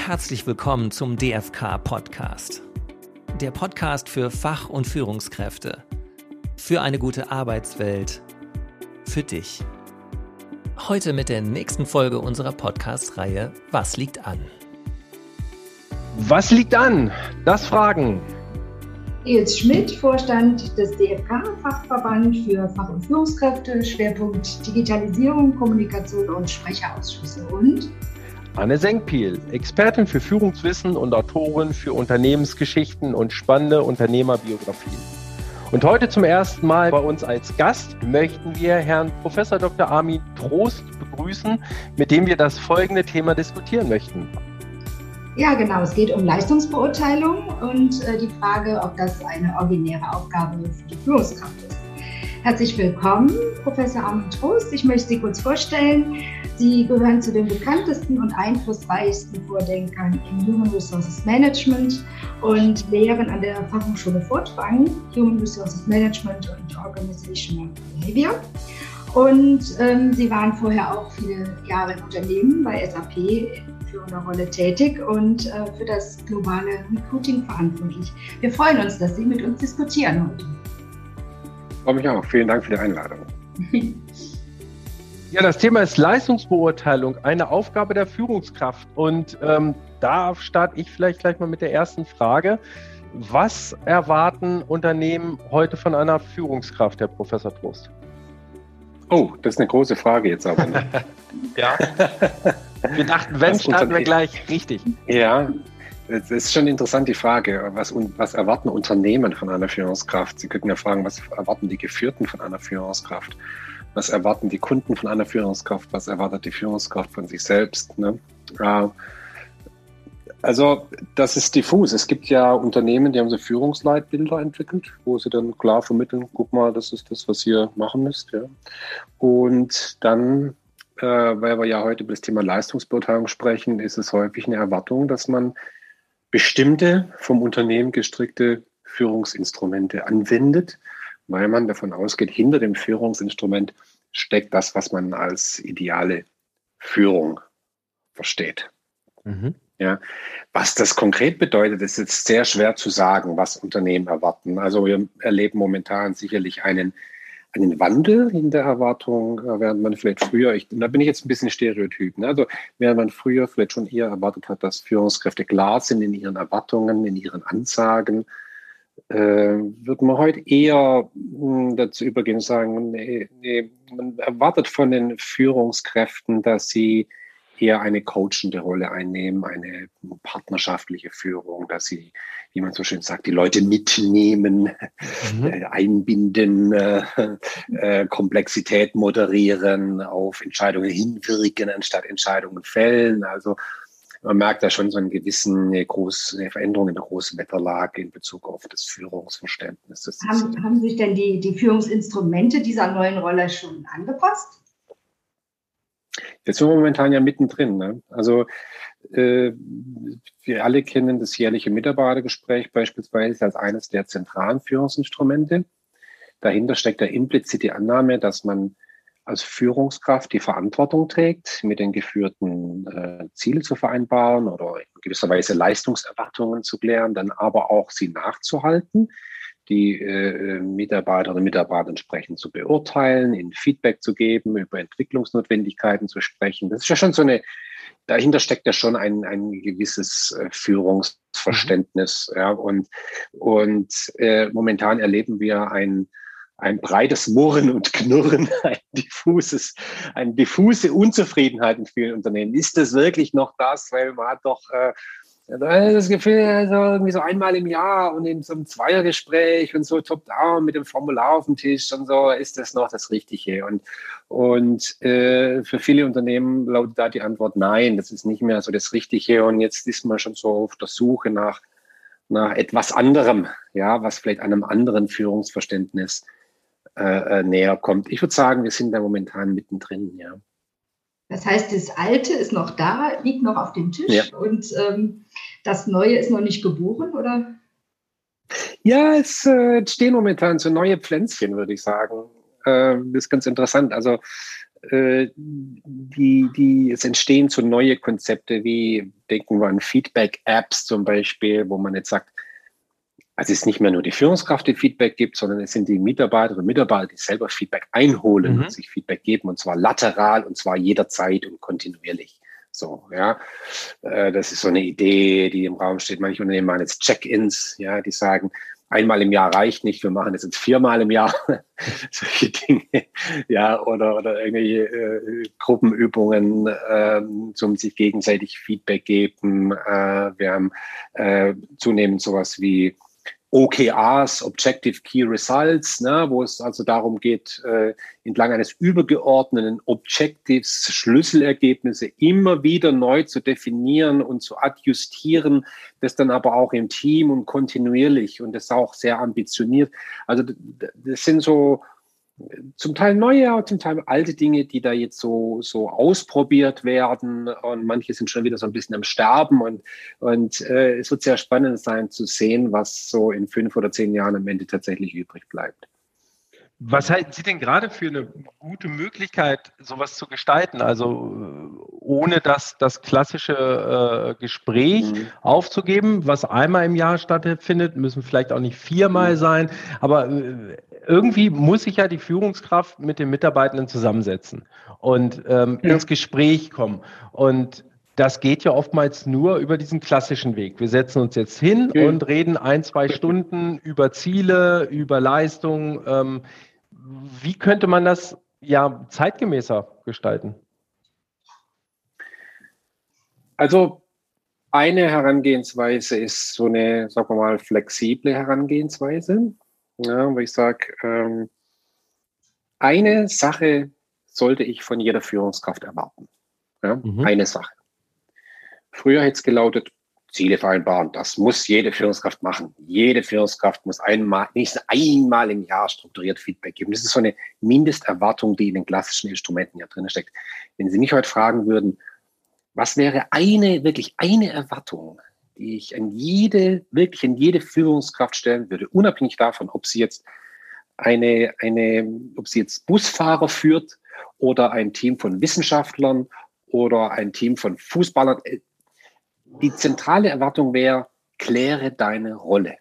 Herzlich willkommen zum DFK-Podcast. Der Podcast für Fach- und Führungskräfte. Für eine gute Arbeitswelt. Für dich. Heute mit der nächsten Folge unserer Podcast-Reihe Was liegt an? Was liegt an? Das fragen Nils Schmidt, Vorstand des DFK, Fachverband für Fach- und Führungskräfte, Schwerpunkt Digitalisierung, Kommunikation und Sprecherausschüsse und Anne Senkpiel, Expertin für Führungswissen und Autorin für Unternehmensgeschichten und spannende Unternehmerbiografien. Und heute zum ersten Mal bei uns als Gast möchten wir Herrn Prof. Dr. Armin Trost begrüßen, mit dem wir das folgende Thema diskutieren möchten. ja, genau, es geht um Leistungsbeurteilung und die Frage, ob das eine originäre Aufgabe für die Führungskraft ist. Herzlich willkommen, Professor Armin Trost. Ich möchte Sie kurz vorstellen. Sie gehören zu den bekanntesten und einflussreichsten Vordenkern im Human Resources Management und lehren an der Fachhochschule Furtwangen Human Resources Management und Organizational Behavior. Und Sie waren vorher auch viele Jahre in Unternehmen bei SAP in führender Rolle tätig und für das globale Recruiting verantwortlich. Wir freuen uns, dass Sie mit uns diskutieren heute. Ich freue mich auch. Vielen Dank für die Einladung. Ja, das Thema ist Leistungsbeurteilung, eine Aufgabe der Führungskraft. Und da starte ich vielleicht gleich mal mit der ersten Frage. Was erwarten Unternehmen heute von einer Führungskraft, Herr Professor Trost? Oh, das ist eine große Frage jetzt aber. Ne? Ja. Wir dachten, wenn, starten wir gleich richtig. Ja, es ist schon interessant die Frage, was erwarten Unternehmen von einer Führungskraft? Sie könnten ja fragen, was erwarten die Geführten von einer Führungskraft? Was erwarten die Kunden von einer Führungskraft? Was erwartet die Führungskraft von sich selbst? Ne? Also das ist diffus. Es gibt ja Unternehmen, die haben so Führungsleitbilder entwickelt, wo sie dann klar vermitteln, guck mal, das ist das, was ihr machen müsst. Ja. Und dann, weil wir ja heute über das Thema Leistungsbeurteilung sprechen, ist es häufig eine Erwartung, dass man bestimmte vom Unternehmen gestrickte Führungsinstrumente anwendet, weil man davon ausgeht, hinter dem Führungsinstrument steckt das, was man als ideale Führung versteht. Mhm. Ja, was das konkret bedeutet, ist jetzt sehr schwer zu sagen, was Unternehmen erwarten. Also wir erleben momentan sicherlich einen Wandel in der Erwartung, während man vielleicht früher, da bin ich jetzt ein bisschen stereotyp, ne? Also während man früher vielleicht schon eher erwartet hat, dass Führungskräfte klar sind in ihren Erwartungen, in ihren Ansagen, wird man heute eher dazu übergehen und sagen, nee, man erwartet von den Führungskräften, dass sie eher eine coachende Rolle einnehmen, eine partnerschaftliche Führung, dass sie, wie man so schön sagt, die Leute mitnehmen, einbinden, Komplexität moderieren, auf Entscheidungen hinwirken, anstatt Entscheidungen fällen. Also man merkt da schon so eine große Veränderung in der großen Wetterlage in Bezug auf das Führungsverständnis. Haben sich denn die Führungsinstrumente dieser neuen Rolle schon angepasst? Jetzt sind wir momentan ja mittendrin. Ne? Also wir alle kennen das jährliche Mitarbeitergespräch beispielsweise als eines der zentralen Führungsinstrumente. Dahinter steckt ja implizit die Annahme, dass man als Führungskraft die Verantwortung trägt, mit den Geführten Ziele zu vereinbaren oder in gewisser Weise Leistungserwartungen zu klären, dann aber auch sie nachzuhalten, die Mitarbeiter oder Mitarbeiter entsprechend zu beurteilen, ihnen Feedback zu geben, über Entwicklungsnotwendigkeiten zu sprechen. Das ist ja schon dahinter steckt ja schon ein gewisses Führungsverständnis. Ja, und momentan erleben wir ein breites Murren und Knurren, eine diffuse Unzufriedenheit in vielen Unternehmen. Ist das wirklich noch das? Weil man hat doch das Gefühl, also irgendwie so einmal im Jahr und in so einem Zweiergespräch und so top-down mit dem Formular auf dem Tisch und so, ist das noch das Richtige? Und für viele Unternehmen lautet da die Antwort, nein, das ist nicht mehr so das Richtige. Und jetzt ist man schon so auf der Suche nach etwas anderem, ja, was vielleicht einem anderen Führungsverständnis näher kommt. Ich würde sagen, wir sind da momentan mittendrin, ja. Das heißt, das Alte ist noch da, liegt noch auf dem Tisch, ja. Und das Neue ist noch nicht geboren, oder? Ja, es entstehen momentan so neue Pflänzchen, würde ich sagen. Das ist ganz interessant. Also es entstehen so neue Konzepte wie, denken wir an Feedback-Apps zum Beispiel, wo man jetzt sagt, also es ist nicht mehr nur die Führungskraft, die Feedback gibt, sondern es sind die Mitarbeiterinnen und Mitarbeiter, die selber Feedback einholen und sich Feedback geben, und zwar lateral und zwar jederzeit und kontinuierlich. So, ja, das ist so eine Idee, die im Raum steht. Manche Unternehmen machen jetzt Check-ins, ja, die sagen, einmal im Jahr reicht nicht, wir machen das jetzt 4-mal im Jahr, solche Dinge, ja, oder irgendwelche Gruppenübungen zum sich gegenseitig Feedback geben. Wir haben zunehmend sowas wie OKRs, Objective Key Results, ne, wo es also darum geht, entlang eines übergeordneten Objectives Schlüsselergebnisse immer wieder neu zu definieren und zu adjustieren, das dann aber auch im Team und kontinuierlich und das auch sehr ambitioniert. Also das sind so zum Teil neue, zum Teil alte Dinge, die da jetzt so ausprobiert werden, und manche sind schon wieder so ein bisschen am Sterben, und es wird sehr spannend sein zu sehen, was so in 5 oder 10 Jahren am Ende tatsächlich übrig bleibt. Was halten Sie denn gerade für eine gute Möglichkeit, sowas zu gestalten? Also ohne das klassische Gespräch aufzugeben, was einmal im Jahr stattfindet, müssen vielleicht auch nicht 4-mal sein, aber irgendwie muss sich ja die Führungskraft mit den Mitarbeitenden zusammensetzen und ins Gespräch kommen. Und das geht ja oftmals nur über diesen klassischen Weg. Wir setzen uns jetzt hin und reden 1-2 Stunden über Ziele, über Leistungen. Wie könnte man das ja zeitgemäßer gestalten? Also eine Herangehensweise ist so eine, sagen wir mal, flexible Herangehensweise. Ja, wo ich sage, eine Sache sollte ich von jeder Führungskraft erwarten. Ja, eine Sache. Früher hätte es gelautet, Ziele vereinbaren, das muss jede Führungskraft machen. Jede Führungskraft muss mindestens einmal im Jahr strukturiert Feedback geben. Das ist so eine Mindesterwartung, die in den klassischen Instrumenten ja drin steckt. Wenn Sie mich heute fragen würden, was wäre wirklich eine Erwartung, die ich an jede Führungskraft stellen würde, unabhängig davon, ob sie jetzt Busfahrer führt oder ein Team von Wissenschaftlern oder ein Team von Fußballern. Die zentrale Erwartung wäre, kläre deine Rolle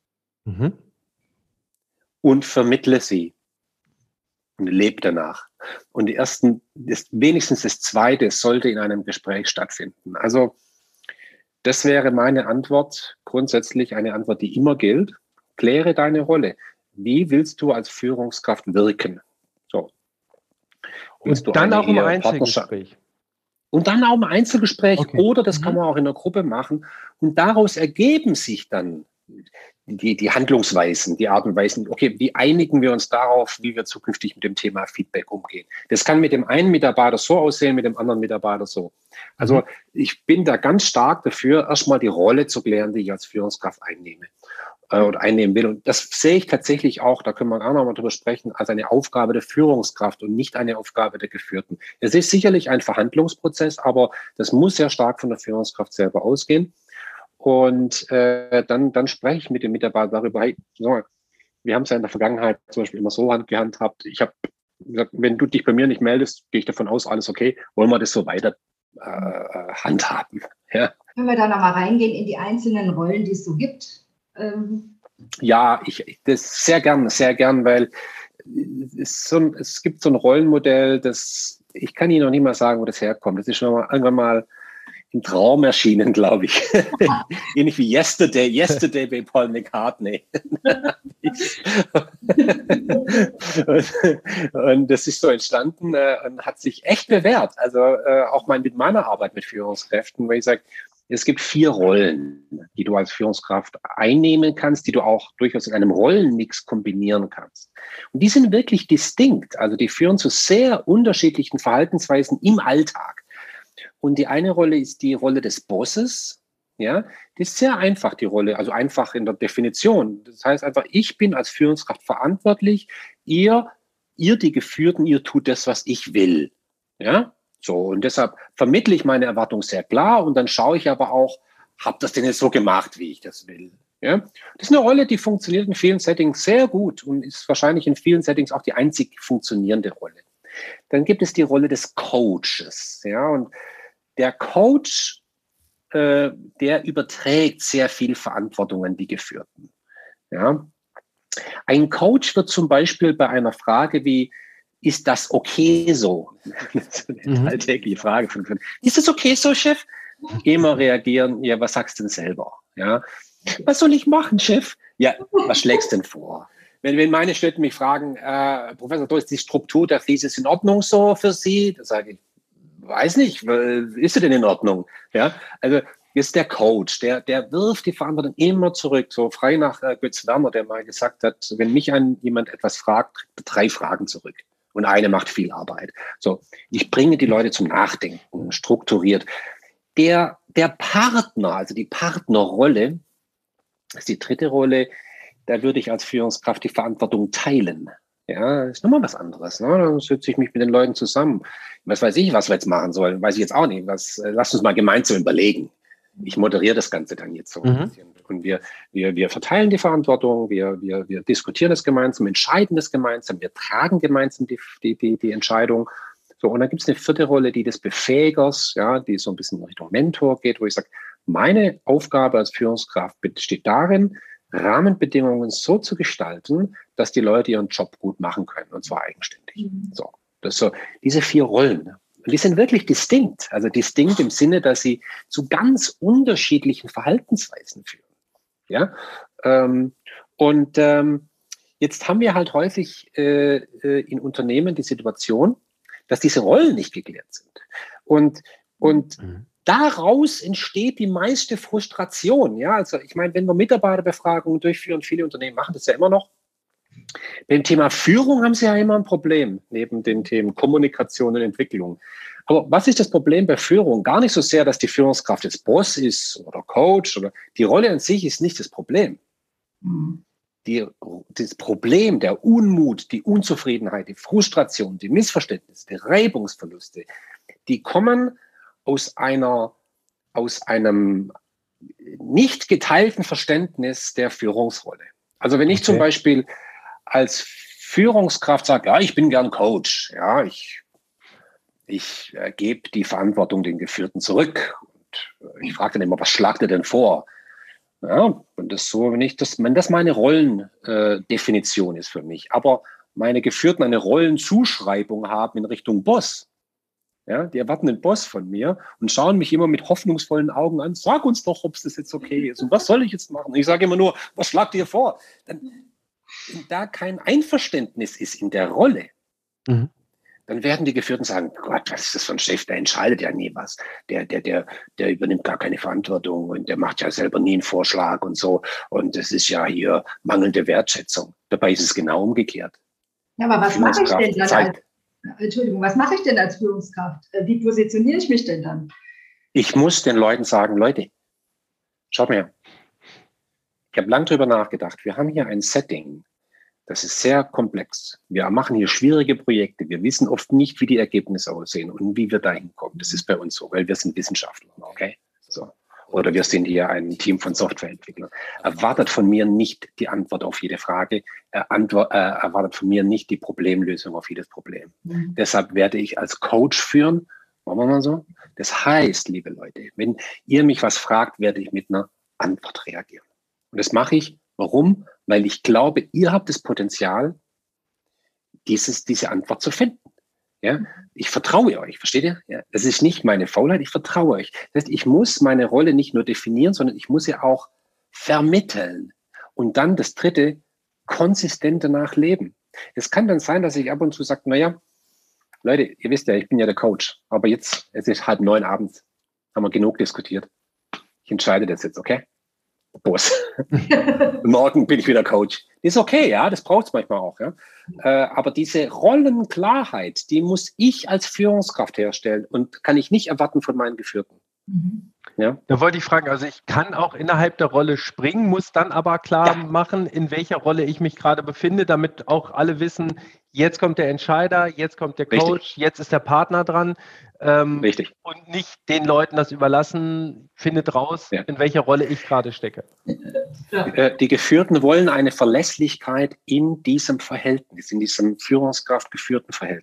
und vermittle sie und lebe danach. Und wenigstens das Zweite sollte in einem Gespräch stattfinden. Also das wäre meine Antwort, grundsätzlich eine Antwort, die immer gilt. Kläre deine Rolle. Wie willst du als Führungskraft wirken? So. Und dann auch im Einzelgespräch. Und dann auch im Einzelgespräch, oder das kann man auch in der Gruppe machen. Und daraus ergeben sich dann die Handlungsweisen, die Art und Weisen. Okay, wie einigen wir uns darauf, wie wir zukünftig mit dem Thema Feedback umgehen? Das kann mit dem einen Mitarbeiter so aussehen, mit dem anderen Mitarbeiter so. Also ich bin da ganz stark dafür, erstmal die Rolle zu klären, die ich als Führungskraft einnehme oder einnehmen will. Und das sehe ich tatsächlich auch, da können wir auch noch mal drüber sprechen, als eine Aufgabe der Führungskraft und nicht eine Aufgabe der Geführten. Es ist sicherlich ein Verhandlungsprozess, aber das muss sehr stark von der Führungskraft selber ausgehen. Und dann spreche ich mit dem Mitarbeiter darüber, hey, wir haben es ja in der Vergangenheit zum Beispiel immer so gehandhabt. Ich habe gesagt, wenn du dich bei mir nicht meldest, gehe ich davon aus, alles okay, wollen wir das so weiter handhaben. Ja. Können wir da nochmal reingehen in die einzelnen Rollen, die es so gibt? Ja, das sehr gern, weil es gibt so ein Rollenmodell, ich kann Ihnen noch nicht mal sagen, wo das herkommt. Das ist schon irgendwann mal im Traum erschienen, glaube ich. Ähnlich wie Yesterday bei Paul McCartney. Und das ist so entstanden und hat sich echt bewährt. Also auch mal mit meiner Arbeit mit Führungskräften, wo ich sage, es gibt 4 Rollen, die du als Führungskraft einnehmen kannst, die du auch durchaus in einem Rollenmix kombinieren kannst. Und die sind wirklich distinkt. Also die führen zu sehr unterschiedlichen Verhaltensweisen im Alltag. Und die eine Rolle ist die Rolle des Bosses. Ja, die ist sehr einfach, die Rolle, also einfach in der Definition. Das heißt einfach, ich bin als Führungskraft verantwortlich. Ihr die Geführten, ihr tut das, was ich will. Ja. So, und deshalb vermittle ich meine Erwartung sehr klar und dann schaue ich aber auch, habe das denn jetzt so gemacht, wie ich das will? Ja? Das ist eine Rolle, die funktioniert in vielen Settings sehr gut und ist wahrscheinlich in vielen Settings auch die einzig funktionierende Rolle. Dann gibt es die Rolle des Coaches. Ja, und der Coach, der überträgt sehr viel Verantwortung an die Geführten. Ja. Ein Coach wird zum Beispiel bei einer Frage wie, ist das okay so? Das ist eine alltägliche Frage. Ist das okay so, Chef? Immer reagieren, ja, was sagst du denn selber? Ja. Was soll ich machen, Chef? Ja, was schlägst du denn vor? Wenn meine Studenten mich fragen, Professor, ist die Struktur der Thesis in Ordnung so für Sie? Da sage ich, weiß nicht, ist sie denn in Ordnung? Ja, also ist der Coach, der wirft die Verantwortung immer zurück, so frei nach Götz Werner, der mal gesagt hat, wenn mich jemand etwas fragt, kriegt er 3 Fragen zurück. Und eine macht viel Arbeit. So, ich bringe die Leute zum Nachdenken, strukturiert. Der Partner, also die Partnerrolle, ist die dritte Rolle, da würde ich als Führungskraft die Verantwortung teilen. Ja, ist nochmal was anderes. Ne? Dann setze ich mich mit den Leuten zusammen. Was weiß ich, was wir jetzt machen sollen, weiß ich jetzt auch nicht. Lass uns mal gemeinsam überlegen. Ich moderiere das Ganze dann jetzt so ein bisschen. Und wir verteilen die Verantwortung, wir diskutieren das gemeinsam, entscheiden das gemeinsam, wir tragen gemeinsam die Entscheidung. So, und dann gibt es eine vierte Rolle, die des Befähigers, ja, die so ein bisschen in Richtung Mentor geht, wo ich sage, meine Aufgabe als Führungskraft besteht darin, Rahmenbedingungen so zu gestalten, dass die Leute ihren Job gut machen können, und zwar eigenständig. So, das so, diese 4 Rollen. Und die sind wirklich distinkt. Also distinkt im Sinne, dass sie zu ganz unterschiedlichen Verhaltensweisen führen. Ja? Jetzt haben wir halt häufig in Unternehmen die Situation, dass diese Rollen nicht geklärt sind. Und daraus entsteht die meiste Frustration. Ja, also ich meine, wenn wir Mitarbeiterbefragungen durchführen, viele Unternehmen machen das ja immer noch. Beim Thema Führung haben sie ja immer ein Problem, neben den Themen Kommunikation und Entwicklung. Aber was ist das Problem bei Führung? Gar nicht so sehr, dass die Führungskraft jetzt Boss ist oder Coach, oder die Rolle an sich ist nicht das Problem. Das Problem, der Unmut, die Unzufriedenheit, die Frustration, die Missverständnisse, die Reibungsverluste, die kommen aus einem nicht geteilten Verständnis der Führungsrolle. Also wenn ich zum Beispiel als Führungskraft sage, ja, ich bin gern Coach, ja, ich gebe die Verantwortung den Geführten zurück und ich frage dann immer, was schlagt ihr denn vor? Ja, und das so, wenn das meine Rollendefinition ist für mich, aber meine Geführten eine Rollenzuschreibung haben in Richtung Boss, ja, die erwarten den Boss von mir und schauen mich immer mit hoffnungsvollen Augen an, sag uns doch, ob es das jetzt okay ist und was soll ich jetzt machen? Und ich sage immer nur, was schlagt ihr vor? Wenn da kein Einverständnis ist in der Rolle, dann werden die Geführten sagen, Gott, was ist das für ein Chef, der entscheidet ja nie was. Der übernimmt gar keine Verantwortung und der macht ja selber nie einen Vorschlag und so. Und das ist ja hier mangelnde Wertschätzung. Dabei ist es genau umgekehrt. Ja, aber was mache ich denn dann was mache ich denn als Führungskraft? Wie positioniere ich mich denn dann? Ich muss den Leuten sagen, Leute, schaut mal her. Ich habe lange drüber nachgedacht. Wir haben hier ein Setting, das ist sehr komplex. Wir machen hier schwierige Projekte. Wir wissen oft nicht, wie die Ergebnisse aussehen und wie wir da hinkommen. Das ist bei uns so, weil wir sind Wissenschaftler, okay? So. Oder wir sind hier ein Team von Softwareentwicklern. Erwartet von mir nicht die Antwort auf jede Frage. Erwartet von mir nicht die Problemlösung auf jedes Problem. Deshalb werde ich als Coach führen. Machen wir mal so. Das heißt, liebe Leute, wenn ihr mich was fragt, werde ich mit einer Antwort reagieren. Und das mache ich. Warum? Weil ich glaube, ihr habt das Potenzial, diese Antwort zu finden. Ja? Ich vertraue euch, versteht ihr? Ja? Das ist nicht meine Faulheit, ich vertraue euch. Das heißt, ich muss meine Rolle nicht nur definieren, sondern ich muss sie auch vermitteln. Und dann das Dritte, konsistent danach leben. Es kann dann sein, dass ich ab und zu sage, naja, Leute, ihr wisst ja, ich bin ja der Coach, aber es ist 8:30 abends, haben wir genug diskutiert. Ich entscheide das jetzt, okay? Boss. Morgen bin ich wieder Coach. Ist okay, ja, das braucht es manchmal auch, ja. Aber diese Rollenklarheit, die muss ich als Führungskraft herstellen und kann ich nicht erwarten von meinen Geführten. Ja? Da wollte ich fragen, also ich kann auch innerhalb der Rolle springen, muss dann aber klar machen, in welcher Rolle ich mich gerade befinde, damit auch alle wissen, jetzt kommt der Entscheider, jetzt kommt der Coach, Richtig. Jetzt ist der Partner dran. Richtig. Und nicht den Leuten das überlassen, findet raus, in welcher Rolle ich gerade stecke. Die Geführten wollen eine Verlässlichkeit in diesem Verhältnis, in diesem Führungskraft geführten Verhältnis.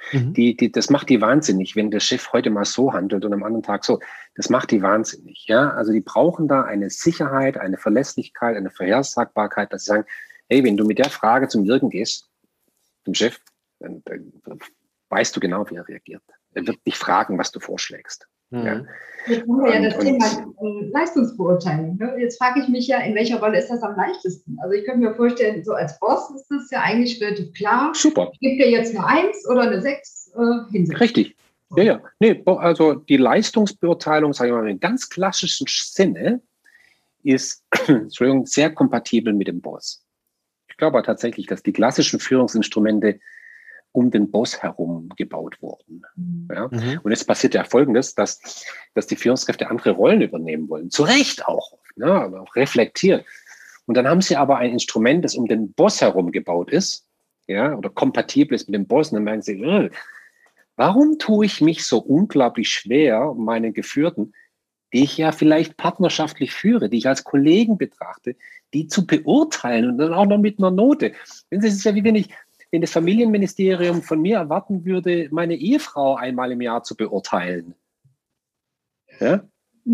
Das macht die wahnsinnig, wenn der Chef heute mal so handelt und am anderen Tag so. Das macht die wahnsinnig. Ja? Also die brauchen da eine Sicherheit, eine Verlässlichkeit, eine Vorhersagbarkeit, dass sie sagen, hey, wenn du mit der Frage zum Jürgen gehst, dem Chef, dann weißt du genau, wie er reagiert. Er wird dich fragen, was du vorschlägst. Ja. Jetzt haben wir ja das Thema Leistungsbeurteilung. Ne? Jetzt frage ich mich ja, in welcher Rolle ist das am leichtesten? Also ich könnte mir vorstellen, so als Boss ist das ja eigentlich relativ klar. Super. Ich gebe dir jetzt eine 1 oder eine 6 hin. Richtig. Ja. Nee, also die Leistungsbeurteilung, sage ich mal, im ganz klassischen Sinne ist sehr kompatibel mit dem Boss. Ich glaube tatsächlich, dass die klassischen Führungsinstrumente um den Boss herum gebaut wurden. Ja? Und jetzt passiert ja Folgendes, dass die Führungskräfte andere Rollen übernehmen wollen. Zu Recht auch, ne? Aber auch reflektiert. Und dann haben sie aber ein Instrument, das um den Boss herum gebaut ist, ja, oder kompatibel ist mit dem Boss. Und dann merken sie, warum tue ich mich so unglaublich schwer, meine Geführten, die ich ja vielleicht partnerschaftlich führe, die ich als Kollegen betrachte, die zu beurteilen und dann auch noch mit einer Note. Es ist ja wie wenn das Familienministerium von mir erwarten würde, meine Ehefrau einmal im Jahr zu beurteilen. Ja?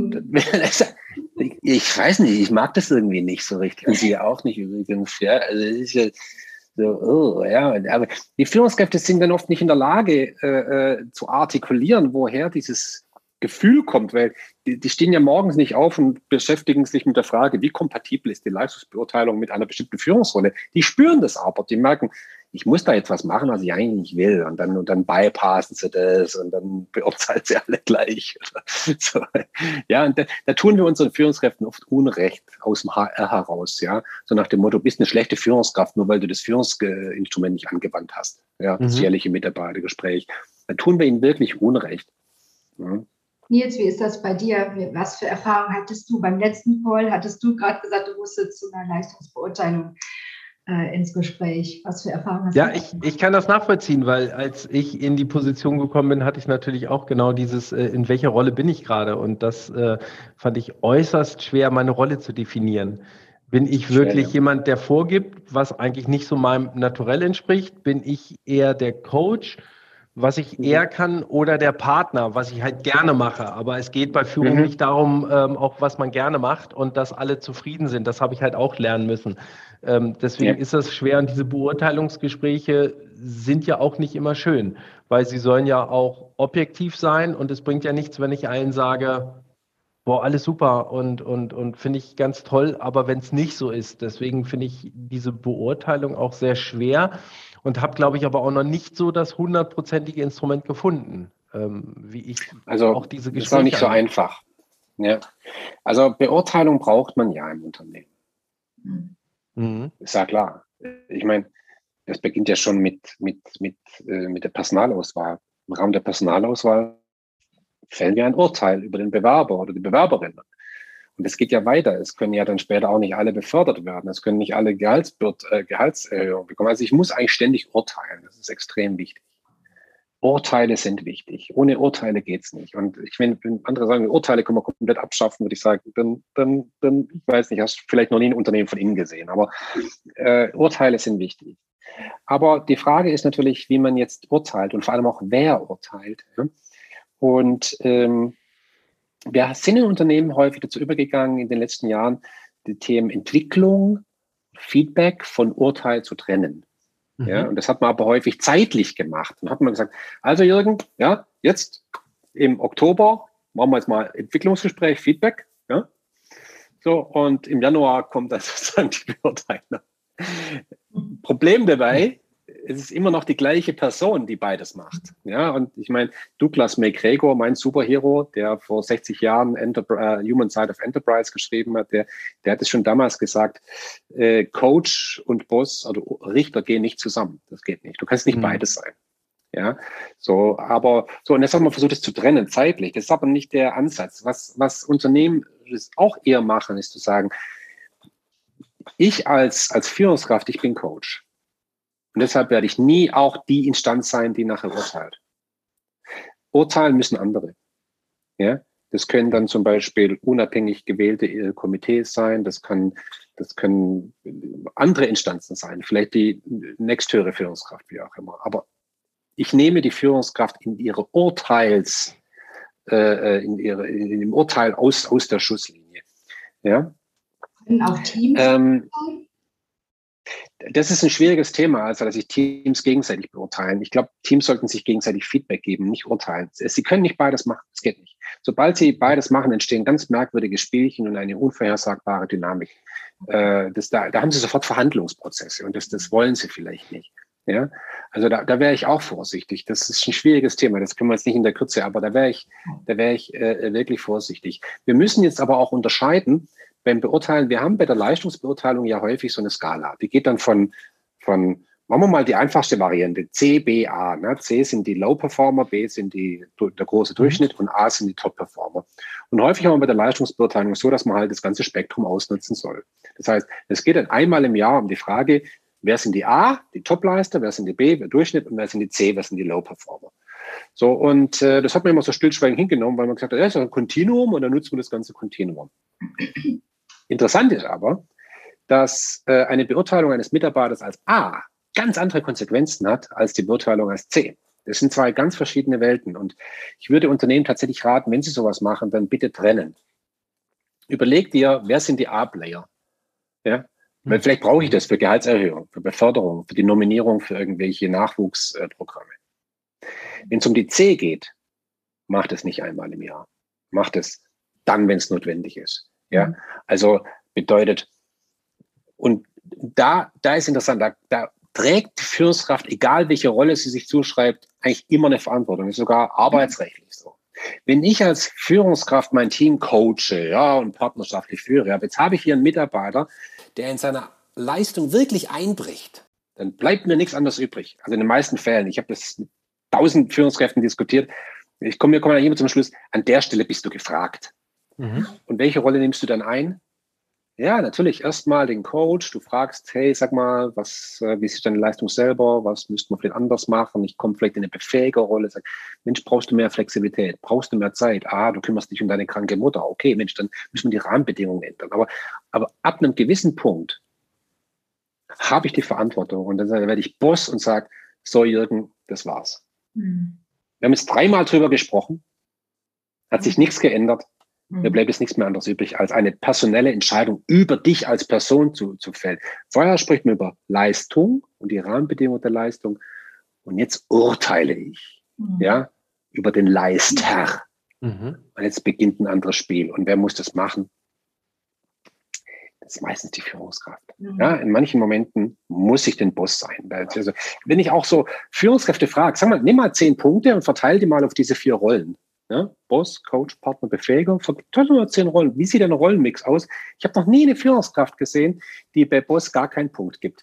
Ich weiß nicht, ich mag das irgendwie nicht so richtig. Und sie auch nicht übrigens. Ja? Also es ist ja so, aber die Führungskräfte sind dann oft nicht in der Lage zu artikulieren, woher dieses Gefühl kommt, weil die stehen ja morgens nicht auf und beschäftigen sich mit der Frage, wie kompatibel ist die Leistungsbeurteilung mit einer bestimmten Führungsrolle. Die spüren das aber, die merken, ich muss da jetzt was machen, was ich eigentlich nicht will. Und dann bypassen sie das und dann beurteilen sie alle gleich. So. Ja, und da tun wir unseren Führungskräften oft Unrecht aus dem HR heraus. Ja, so nach dem Motto, bist eine schlechte Führungskraft, nur weil du das Führungsinstrument nicht angewandt hast. Ja, das jährliche Mitarbeitergespräch. Da tun wir ihnen wirklich Unrecht. Ja. Nils, wie ist das bei dir? Was für Erfahrungen hattest du beim letzten Call? Hattest du gerade gesagt, du musstest zu einer Leistungsbeurteilung ins Gespräch? Was für Erfahrungen hast du? Ja, ich kann das nachvollziehen, weil als ich in die Position gekommen bin, hatte ich natürlich auch genau dieses, in welcher Rolle bin ich gerade? Und das fand ich äußerst schwer, meine Rolle zu definieren. Bin ich wirklich jemand, der vorgibt, was eigentlich nicht so meinem Naturell entspricht? Bin ich eher der Coach, was ich eher kann, oder der Partner, was ich halt gerne mache? Aber es geht bei Führung nicht darum, auch was man gerne macht und dass alle zufrieden sind. Das habe ich halt auch lernen müssen. Deswegen ist das schwer und diese Beurteilungsgespräche sind ja auch nicht immer schön, weil sie sollen ja auch objektiv sein und es bringt ja nichts, wenn ich allen sage, boah, alles super und finde ich ganz toll, aber wenn es nicht so ist, deswegen finde ich diese Beurteilung auch sehr schwer und habe, glaube ich, aber auch noch nicht so das 100-prozentige Instrument gefunden, wie ich auch diese Gespräche. Das ist auch nicht so einfach. Ja. Also Beurteilung braucht man ja im Unternehmen. Ist ja klar. Ich meine, das beginnt ja schon mit der Personalauswahl. Im Rahmen der Personalauswahl fällen wir ein Urteil über den Bewerber oder die Bewerberin. Und es geht ja weiter. Es können ja dann später auch nicht alle befördert werden. Es können nicht alle Gehaltserhöhungen bekommen. Also ich muss eigentlich ständig urteilen. Das ist extrem wichtig. Urteile sind wichtig. Ohne Urteile geht's nicht. Und wenn andere sagen, Urteile können wir komplett abschaffen, würde ich sagen, dann ich weiß nicht, hast du vielleicht noch nie ein Unternehmen von innen gesehen, aber Urteile sind wichtig. Aber die Frage ist natürlich, wie man jetzt urteilt und vor allem auch, wer urteilt. Ja? Und wir sind in Unternehmen häufig dazu übergegangen, in den letzten Jahren die Themen Entwicklung, Feedback von Urteil zu trennen. Ja, und das hat man aber häufig zeitlich gemacht. Dann hat man gesagt, also Jürgen, ja, jetzt im Oktober machen wir jetzt mal Entwicklungsgespräch, Feedback. Ja, so, und im Januar kommt dann sozusagen die Beurteilung. Problem dabei, es ist immer noch die gleiche Person, die beides macht. Ja, und ich meine, Douglas McGregor, mein Superhero, der vor 60 Jahren Human Side of Enterprise geschrieben hat, der hat es schon damals gesagt, Coach und Boss, also Richter gehen nicht zusammen. Das geht nicht. Du kannst nicht beides sein. Ja, so, aber so, und jetzt haben wir versucht, es zu trennen, zeitlich. Das ist aber nicht der Ansatz. Was Unternehmen auch eher machen, ist zu sagen, ich als Führungskraft, ich bin Coach. Und deshalb werde ich nie auch die Instanz sein, die nachher urteilt. Urteilen müssen andere. Ja? Das können dann zum Beispiel unabhängig gewählte Komitees sein, das können andere Instanzen sein, vielleicht die nächsthöhere Führungskraft, wie auch immer. Aber ich nehme die Führungskraft in ihre in dem Urteil aus der Schusslinie. Ja? Können auch Teams das ist ein schwieriges Thema, also dass sich Teams gegenseitig beurteilen. Ich glaube, Teams sollten sich gegenseitig Feedback geben, nicht urteilen. Sie können nicht beides machen, das geht nicht. Sobald sie beides machen, entstehen ganz merkwürdige Spielchen und eine unvorhersagbare Dynamik. Da haben sie sofort Verhandlungsprozesse und das wollen sie vielleicht nicht. Ja, also da wäre ich auch vorsichtig. Das ist ein schwieriges Thema, das können wir jetzt nicht in der Kürze, aber da wäre ich wirklich vorsichtig. Wir müssen jetzt aber auch unterscheiden, beim Beurteilen, wir haben bei der Leistungsbeurteilung ja häufig so eine Skala. Die geht dann von machen wir mal die einfachste Variante, C, B, A. Ne? C sind die Low-Performer, B sind der große Durchschnitt und A sind die Top-Performer. Und häufig haben wir bei der Leistungsbeurteilung so, dass man halt das ganze Spektrum ausnutzen soll. Das heißt, es geht dann einmal im Jahr um die Frage, wer sind die A, die Topleister, wer sind die B, der Durchschnitt und wer sind die C, wer sind die Low-Performer. So, und das hat man immer so stillschweigend hingenommen, weil man gesagt hat, das ist ein Kontinuum und dann nutzen wir das ganze Kontinuum. Interessant ist aber, dass eine Beurteilung eines Mitarbeiters als A ganz andere Konsequenzen hat als die Beurteilung als C. Das sind zwei ganz verschiedene Welten. Und ich würde Unternehmen tatsächlich raten, wenn sie sowas machen, dann bitte trennen. Überleg dir, wer sind die A-Player? Ja? Weil vielleicht brauche ich das für Gehaltserhöhung, für Beförderung, für die Nominierung für irgendwelche Nachwuchsprogramme. Wenn es um die C geht, macht es nicht einmal im Jahr. Macht es dann, wenn es notwendig ist. Ja, also bedeutet, und da ist interessant, da trägt die Führungskraft, egal welche Rolle sie sich zuschreibt, eigentlich immer eine Verantwortung. Das ist sogar arbeitsrechtlich so. Wenn ich als Führungskraft mein Team coache, ja, und partnerschaftlich führe, aber jetzt habe ich hier einen Mitarbeiter, der in seiner Leistung wirklich einbricht, dann bleibt mir nichts anderes übrig. Also in den meisten Fällen, ich habe das mit 1000 Führungskräften diskutiert, wir kommen dann immer zum Schluss, an der Stelle bist du gefragt. Und welche Rolle nimmst du dann ein? Ja, natürlich erstmal den Coach. Du fragst, hey, sag mal, wie ist deine Leistung selber? Was müsste man vielleicht anders machen? Ich komme vielleicht in eine Befähigerrolle. Sag, Mensch, brauchst du mehr Flexibilität? Brauchst du mehr Zeit? Du kümmerst dich um deine kranke Mutter. Okay, Mensch, dann müssen wir die Rahmenbedingungen ändern. Aber ab einem gewissen Punkt habe ich die Verantwortung und dann werde ich Boss und sage, so Jürgen, das war's. Wir haben jetzt 3-mal drüber gesprochen, hat sich nichts geändert. Da bleibt es nichts mehr anderes übrig, als eine personelle Entscheidung über dich als Person zu fällen. Vorher spricht man über Leistung und die Rahmenbedingungen der Leistung. Und jetzt urteile ich ja, über den Leister. Und jetzt beginnt ein anderes Spiel. Und wer muss das machen? Das ist meistens die Führungskraft. Ja, in manchen Momenten muss ich den Boss sein. Also, wenn ich auch so Führungskräfte frage, sag mal, nimm mal 10 Punkte und verteile die mal auf diese 4 Rollen. Ja, Boss, Coach, Partner, Befähiger, verteile mal 10 Rollen. Wie sieht denn ein Rollenmix aus? Ich habe noch nie eine Führungskraft gesehen, die bei Boss gar keinen Punkt gibt.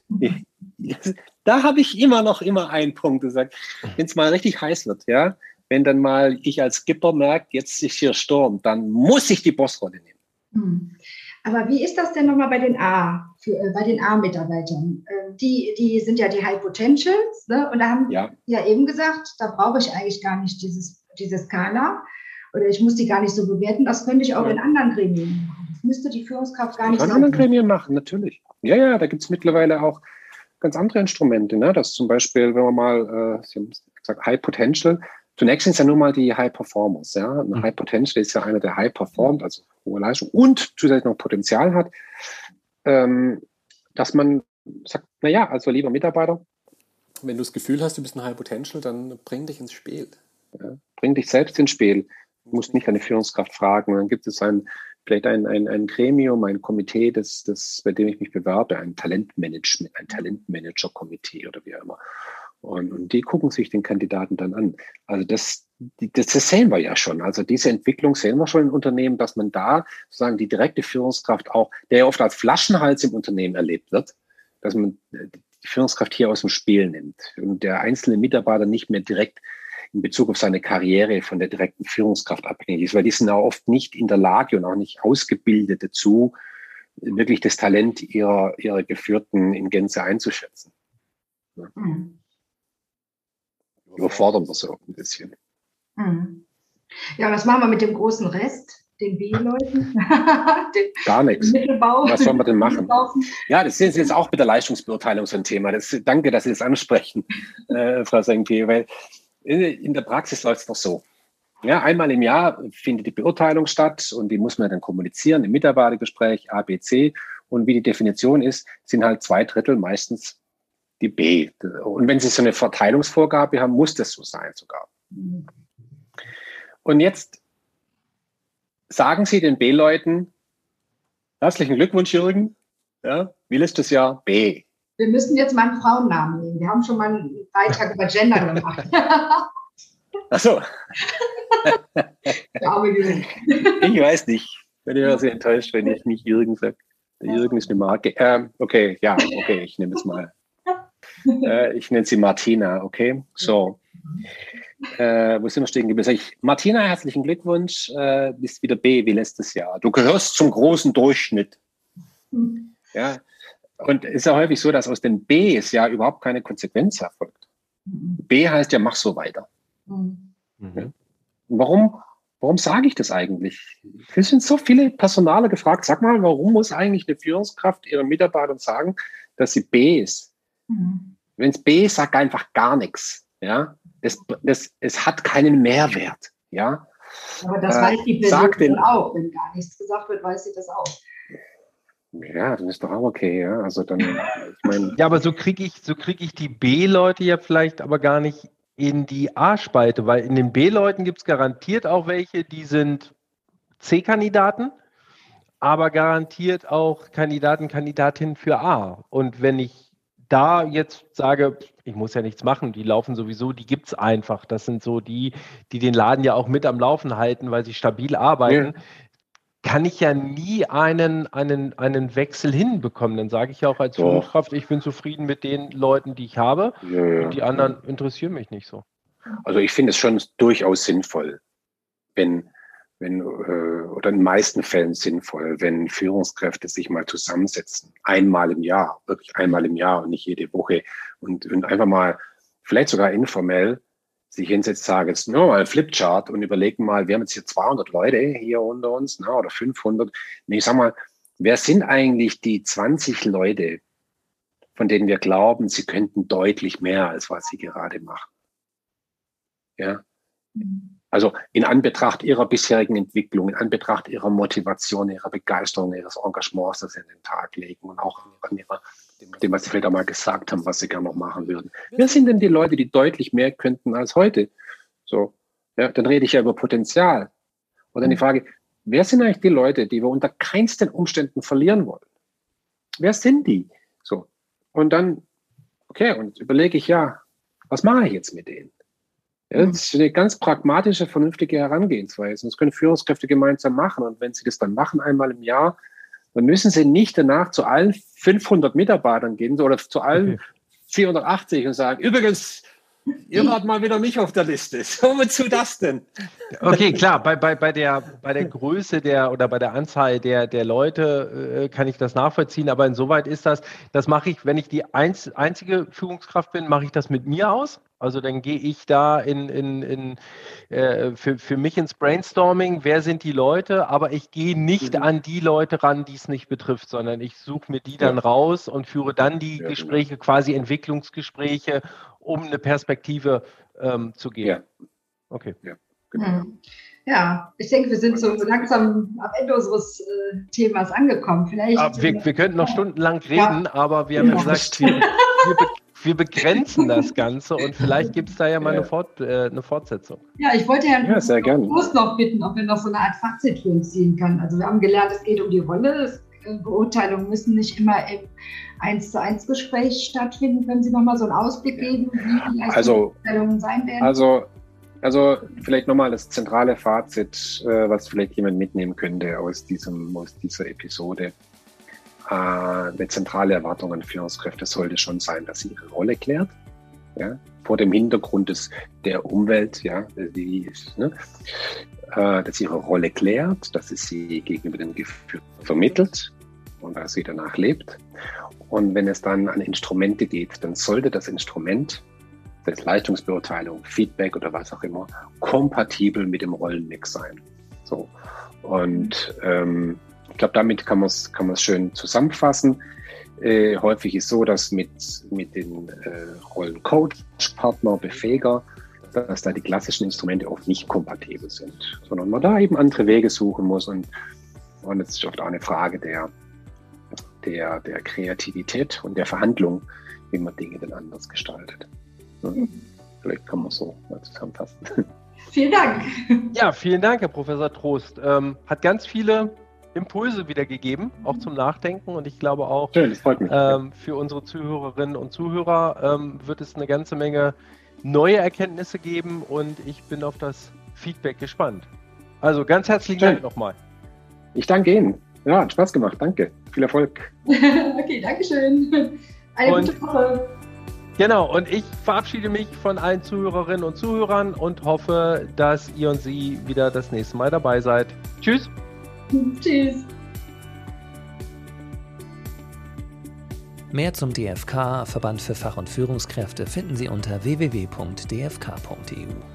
Da habe ich immer einen Punkt gesagt. Wenn es mal richtig heiß wird, ja, wenn dann mal ich als Skipper merke, jetzt ist hier Sturm, dann muss ich die Bossrolle nehmen. Aber wie ist das denn nochmal bei den A-Mitarbeitern? Die sind ja die High Potentials, ne? Und da haben ja eben gesagt, da brauche ich eigentlich gar nicht diese Skala oder ich muss die gar nicht so bewerten. Das könnte ich auch in anderen Gremien machen. Das müsste die Führungskraft gar nicht so. In anderen Gremien machen, natürlich. Ja, da gibt es mittlerweile auch ganz andere Instrumente. Ne? Das zum Beispiel, wenn man mal, Sie haben gesagt, High Potential. Zunächst sind es ja nur mal die High Performers. Ja? Ein High Potential ist ja einer, der high performt, also hohe Leistung und zusätzlich noch Potenzial hat, dass man sagt, naja, also lieber Mitarbeiter, wenn du das Gefühl hast, du bist ein High Potential, dann bring dich ins Spiel. Ja? Bring dich selbst ins Spiel. Du musst nicht eine Führungskraft fragen. Dann gibt es vielleicht ein Gremium, ein Komitee, bei dem ich mich bewerbe, ein Talentmanager-Komitee oder wie auch immer. Und die gucken sich den Kandidaten dann an. Also das sehen wir ja schon. Also diese Entwicklung sehen wir schon in Unternehmen, dass man da sozusagen die direkte Führungskraft auch, der ja oft als Flaschenhals im Unternehmen erlebt wird, dass man die Führungskraft hier aus dem Spiel nimmt und der einzelne Mitarbeiter nicht mehr direkt in Bezug auf seine Karriere von der direkten Führungskraft abhängig ist, weil die sind auch oft nicht in der Lage und auch nicht ausgebildet dazu, wirklich das Talent ihrer Geführten in Gänze einzuschätzen. Ja. Überfordern wir so ein bisschen. Ja, was machen wir mit dem großen Rest, den B-Leuten? Gar nichts. Mittelbau. Was soll man denn machen? Ja, das ist jetzt auch mit der Leistungsbeurteilung so ein Thema. Danke, dass Sie das ansprechen, Frau Senke, weil in der Praxis läuft es doch so. Ja, einmal im Jahr findet die Beurteilung statt und die muss man dann kommunizieren im Mitarbeitergespräch A, B, C. Und wie die Definition ist, sind halt 2/3 meistens die B. Und wenn Sie so eine Verteilungsvorgabe haben, muss das so sein sogar. Und jetzt sagen Sie den B-Leuten, herzlichen Glückwunsch, Jürgen. Ja, wie ist das Jahr? B. Wir müssen jetzt mal einen Frauennamen nehmen. Wir haben schon mal einen Beitrag über Gender gemacht. Ach so. Der arme Jürgen. Ich weiß nicht. Bin ich sehr enttäuscht, wenn ich nicht Jürgen sage. Der Jürgen ist eine Marke. Okay, ich nehme es mal. Ich nenne sie Martina, okay? So. Wo sind wir stehen geblieben? Martina, herzlichen Glückwunsch. Bist wieder B wie letztes Jahr. Du gehörst zum großen Durchschnitt. Ja. Und es ist ja häufig so, dass aus den Bs ja überhaupt keine Konsequenz erfolgt. B heißt ja, mach so weiter. Ja. Warum sage ich das eigentlich? Es sind so viele Personaler gefragt, sag mal, warum muss eigentlich eine Führungskraft ihren Mitarbeitern sagen, dass sie B ist? Wenn es B ist, sagt einfach gar nichts. Ja? Es hat keinen Mehrwert. Ja? Aber das weiß die Person auch. Wenn gar nichts gesagt wird, weiß sie das auch. Ja, dann ist doch auch okay. Ja? Also dann, ich meine. Ja, aber so krieg ich die B-Leute ja vielleicht aber gar nicht in die A-Spalte, weil in den B-Leuten gibt es garantiert auch welche, die sind C-Kandidaten, aber garantiert auch Kandidatinnen für A. Und wenn ich da jetzt sage, ich muss ja nichts machen, die laufen sowieso, die gibt es einfach. Das sind so die den Laden ja auch mit am Laufen halten, weil sie stabil arbeiten. Ja. Kann ich ja nie einen Wechsel hinbekommen. Dann sage ich ja auch als Führungskraft, ich bin zufrieden mit den Leuten, die ich habe. Ja. Und die anderen interessieren mich nicht so. Also ich finde es schon durchaus sinnvoll, wenn oder in den meisten Fällen sinnvoll, wenn Führungskräfte sich mal zusammensetzen. Einmal im Jahr, wirklich einmal im Jahr und nicht jede Woche. Und einfach mal, vielleicht sogar informell, sich hinsetzt, sage jetzt nur mal Flipchart und überlegen mal, wir haben jetzt hier 200 Leute hier unter uns, oder 500. Nee, ich sag mal, wer sind eigentlich die 20 Leute, von denen wir glauben, sie könnten deutlich mehr, als was sie gerade machen? Ja. Also in Anbetracht ihrer bisherigen Entwicklung, in Anbetracht ihrer Motivation, ihrer Begeisterung, ihres Engagements, das sie an den Tag legen und auch an dem, was sie vielleicht auch mal gesagt haben, was sie gerne noch machen würden. Wer sind denn die Leute, die deutlich mehr könnten als heute? So, ja, dann rede ich ja über Potenzial. Und dann die Frage, wer sind eigentlich die Leute, die wir unter keinsten Umständen verlieren wollen? Wer sind die? So. Und dann, okay, und überlege ich, was mache ich jetzt mit denen? Ja, das ist eine ganz pragmatische, vernünftige Herangehensweise. Das können Führungskräfte gemeinsam machen. Und wenn sie das dann machen, einmal im Jahr, dann müssen sie nicht danach zu allen 500 Mitarbeitern gehen oder zu allen 480 und sagen, übrigens, ihr wart mal wieder nicht auf der Liste. Wozu das denn? Okay, klar, bei der Größe oder bei der Anzahl der Leute kann ich das nachvollziehen, aber insoweit ist das mache ich, wenn ich die einzige Führungskraft bin, mache ich das mit mir aus. Also dann gehe ich da für mich ins Brainstorming, wer sind die Leute, aber ich gehe nicht an die Leute ran, die es nicht betrifft, sondern ich suche mir die dann raus und führe dann die Gespräche, quasi Entwicklungsgespräche, um eine Perspektive zu geben. Ja. Okay. Ja, genau. Ja, ich denke, wir sind so langsam am Ende unseres Themas angekommen. Vielleicht. Wir könnten noch stundenlang reden, aber wir haben ja gesagt, wir begrenzen das Ganze und vielleicht gibt es da ja mal eine Fortsetzung. Ja, ich wollte Herrn Groß noch bitten, ob er noch so eine Art Fazit für uns ziehen kann. Also wir haben gelernt, es geht um die Rolle. Beurteilungen müssen nicht immer im 1:1 Gespräch stattfinden. Können Sie noch mal so einen Ausblick geben, wie die Beurteilungen sein werden? Also vielleicht nochmal das zentrale Fazit, was vielleicht jemand mitnehmen könnte aus dieser Episode. Eine zentrale Erwartung an Führungskräfte sollte schon sein, dass sie ihre Rolle klärt, vor dem Hintergrund der Umwelt, dass sie ihre Rolle klärt, dass sie gegenüber dem Geführten vermittelt und dass sie danach lebt. Und wenn es dann an Instrumente geht, dann sollte das Instrument, das Leistungsbeurteilung, Feedback oder was auch immer, kompatibel mit dem Rollenmix sein. So. Und ich glaube, damit kann man es schön zusammenfassen. Häufig ist so, dass mit den Rollen Coach, Partner, Befähiger, dass da die klassischen Instrumente oft nicht kompatibel sind, sondern man da eben andere Wege suchen muss. Und es ist oft auch eine Frage der Kreativität und der Verhandlung, wie man Dinge denn anders gestaltet. Vielleicht kann man so mal zusammenfassen. Vielen Dank. Ja, vielen Dank, Herr Professor Trost. Hat ganz viele Impulse wiedergegeben, auch zum Nachdenken. Und ich glaube auch, schön, das freut mich. Für unsere Zuhörerinnen und Zuhörer wird es eine ganze Menge neue Erkenntnisse geben. Und ich bin auf das Feedback gespannt. Also ganz herzlichen Dank nochmal. Ich danke Ihnen. Ja, hat Spaß gemacht. Danke. Viel Erfolg. Okay, Dankeschön. Eine gute Woche. Genau, und ich verabschiede mich von allen Zuhörerinnen und Zuhörern und hoffe, dass ihr und sie wieder das nächste Mal dabei seid. Tschüss. Tschüss. Mehr zum DFK, Verband für Fach- und Führungskräfte, finden Sie unter www.dfk.eu.